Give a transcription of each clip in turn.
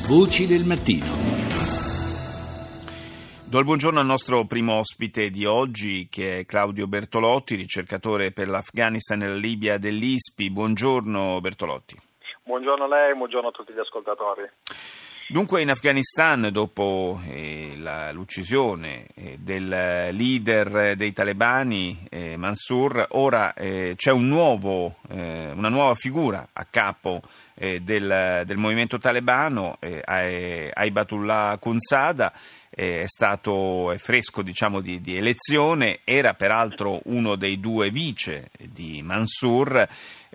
Voci del mattino. Do il buongiorno al nostro primo ospite di oggi, che è Claudio Bertolotti, ricercatore per l'Afghanistan e la Libia dell'ISPI. Buongiorno Bertolotti. Buongiorno a lei, buongiorno a tutti gli ascoltatori. Dunque in Afghanistan, dopo l'uccisione del leader dei talebani, Mansour, ora c'è una nuova figura a capo del movimento talebano, Haibatullah Akhundzada. È fresco di elezione, era peraltro uno dei due vice di Mansour.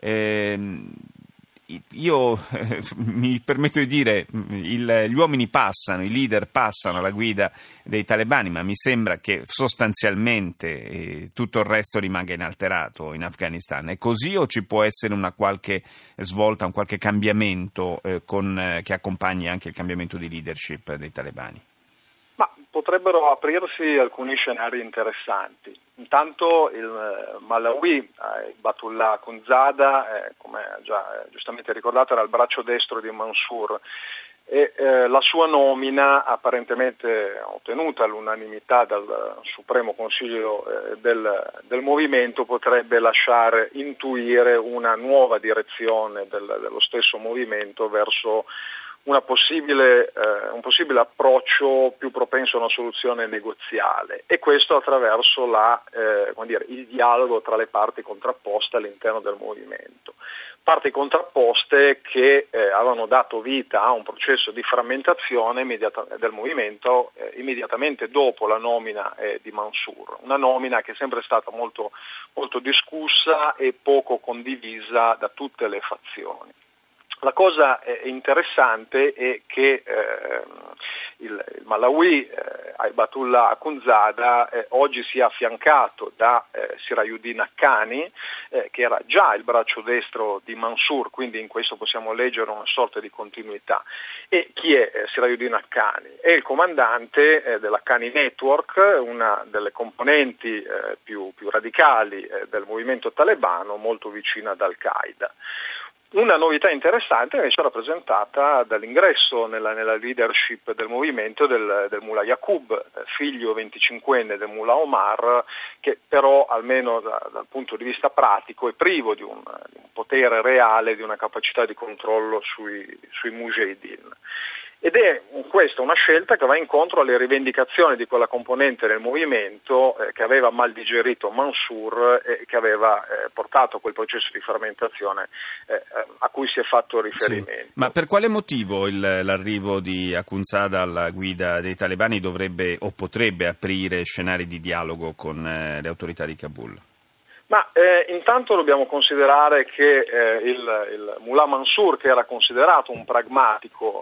Io mi permetto di dire, gli uomini passano, i leader passano alla guida dei talebani, ma mi sembra che sostanzialmente tutto il resto rimanga inalterato in Afghanistan. È così o ci può essere una qualche svolta, un qualche cambiamento che accompagni anche il cambiamento di leadership dei talebani? Ma potrebbero aprirsi alcuni scenari interessanti. Intanto il Malawi, Haibatullah Akhundzada, come già giustamente ricordato, era il braccio destro di Mansour e la sua nomina, apparentemente ottenuta all'unanimità dal Supremo Consiglio del movimento, potrebbe lasciare intuire una nuova direzione dello stesso movimento verso un possibile approccio più propenso a una soluzione negoziale, e questo attraverso il dialogo tra le parti contrapposte all'interno del movimento. Parti contrapposte che avevano dato vita a un processo di frammentazione del movimento immediatamente dopo la nomina di Mansour, una nomina che è sempre stata molto, molto discussa e poco condivisa da tutte le fazioni. La cosa interessante è che il Malawi, Haibatullah Akhundzada, oggi sia affiancato da Sirayuddin Haqqani, che era già il braccio destro di Mansour, quindi in questo possiamo leggere una sorta di continuità. E chi è Sirayuddin Haqqani? È il comandante dell'Haqqani Network, una delle componenti più radicali del movimento talebano, molto vicina ad Al-Qaeda. Una novità interessante invece è rappresentata dall'ingresso nella leadership del movimento del Mullah Yaqub, figlio 25enne del Mullah Omar, che però almeno dal punto di vista pratico è privo di un potere reale, di una capacità di controllo sui mujahideen. Ed è questa una scelta che va incontro alle rivendicazioni di quella componente del movimento che aveva mal digerito Mansour e che aveva portato a quel processo di fermentazione a cui si è fatto riferimento. Sì. Ma per quale motivo l'arrivo di Akhundzada alla guida dei talebani dovrebbe o potrebbe aprire scenari di dialogo con le autorità di Kabul? Ma intanto dobbiamo considerare che il Mullah Mansour, che era considerato un pragmatico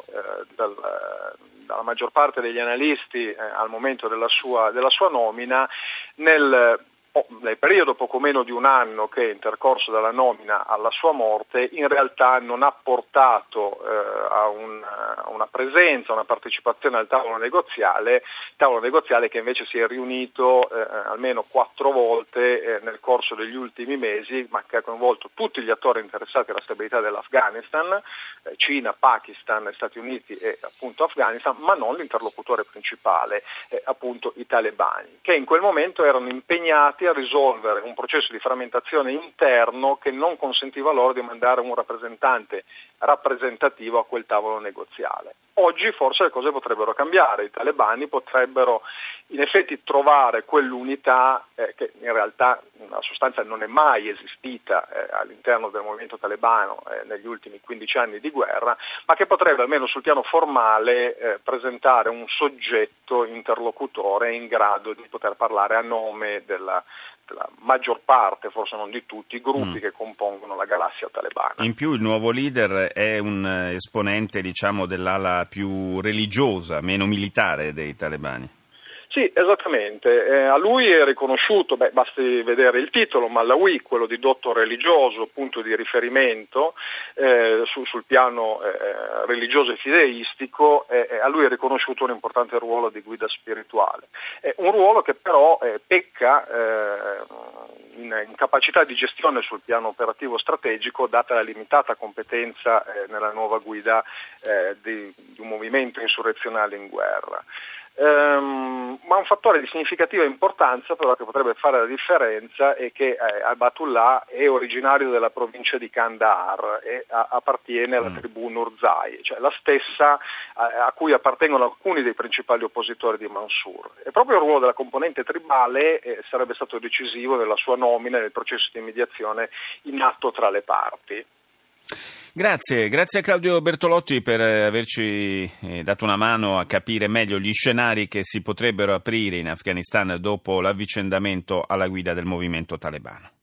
dalla maggior parte degli analisti al momento della sua nomina, nel periodo poco meno di un anno che è intercorso dalla nomina alla sua morte, in realtà non ha portato a una presenza, una partecipazione al tavolo negoziale che invece si è riunito almeno 4 volte nel corso degli ultimi mesi, ma che ha coinvolto tutti gli attori interessati alla stabilità dell'Afghanistan, Cina, Pakistan, Stati Uniti e appunto Afghanistan, ma non l'interlocutore principale, appunto i talebani, che in quel momento erano impegnati a risolvere un processo di frammentazione interno che non consentiva loro di mandare un rappresentante rappresentativo a quel tavolo negoziale. Oggi forse le cose potrebbero cambiare, i talebani potrebbero in effetti trovare quell'unità che in realtà nella sostanza non è mai esistita all'interno del movimento talebano negli ultimi 15 anni di guerra, ma che potrebbe almeno sul piano formale presentare un soggetto interlocutore in grado di poter parlare a nome della maggior parte, forse non di tutti, i gruppi che compongono la galassia talebana. In più il nuovo leader è un esponente, dell'ala più religiosa, meno militare dei talebani. Sì, esattamente. A lui è riconosciuto, basti vedere il titolo, Mallawi, quello di dotto religioso, punto di riferimento sul piano religioso e fideistico, a lui è riconosciuto un importante ruolo di guida spirituale. Un ruolo che però pecca in capacità di gestione sul piano operativo strategico, data la limitata competenza nella nuova guida di un movimento insurrezionale in guerra. Ma un fattore di significativa importanza però che potrebbe fare la differenza è che al-Batullah è originario della provincia di Kandahar e appartiene alla tribù Nurzai, cioè la stessa a cui appartengono alcuni dei principali oppositori di Mansur. E proprio il ruolo della componente tribale sarebbe stato decisivo nella sua nomina nel processo di mediazione in atto tra le parti. Grazie a Claudio Bertolotti per averci dato una mano a capire meglio gli scenari che si potrebbero aprire in Afghanistan dopo l'avvicendamento alla guida del movimento talebano.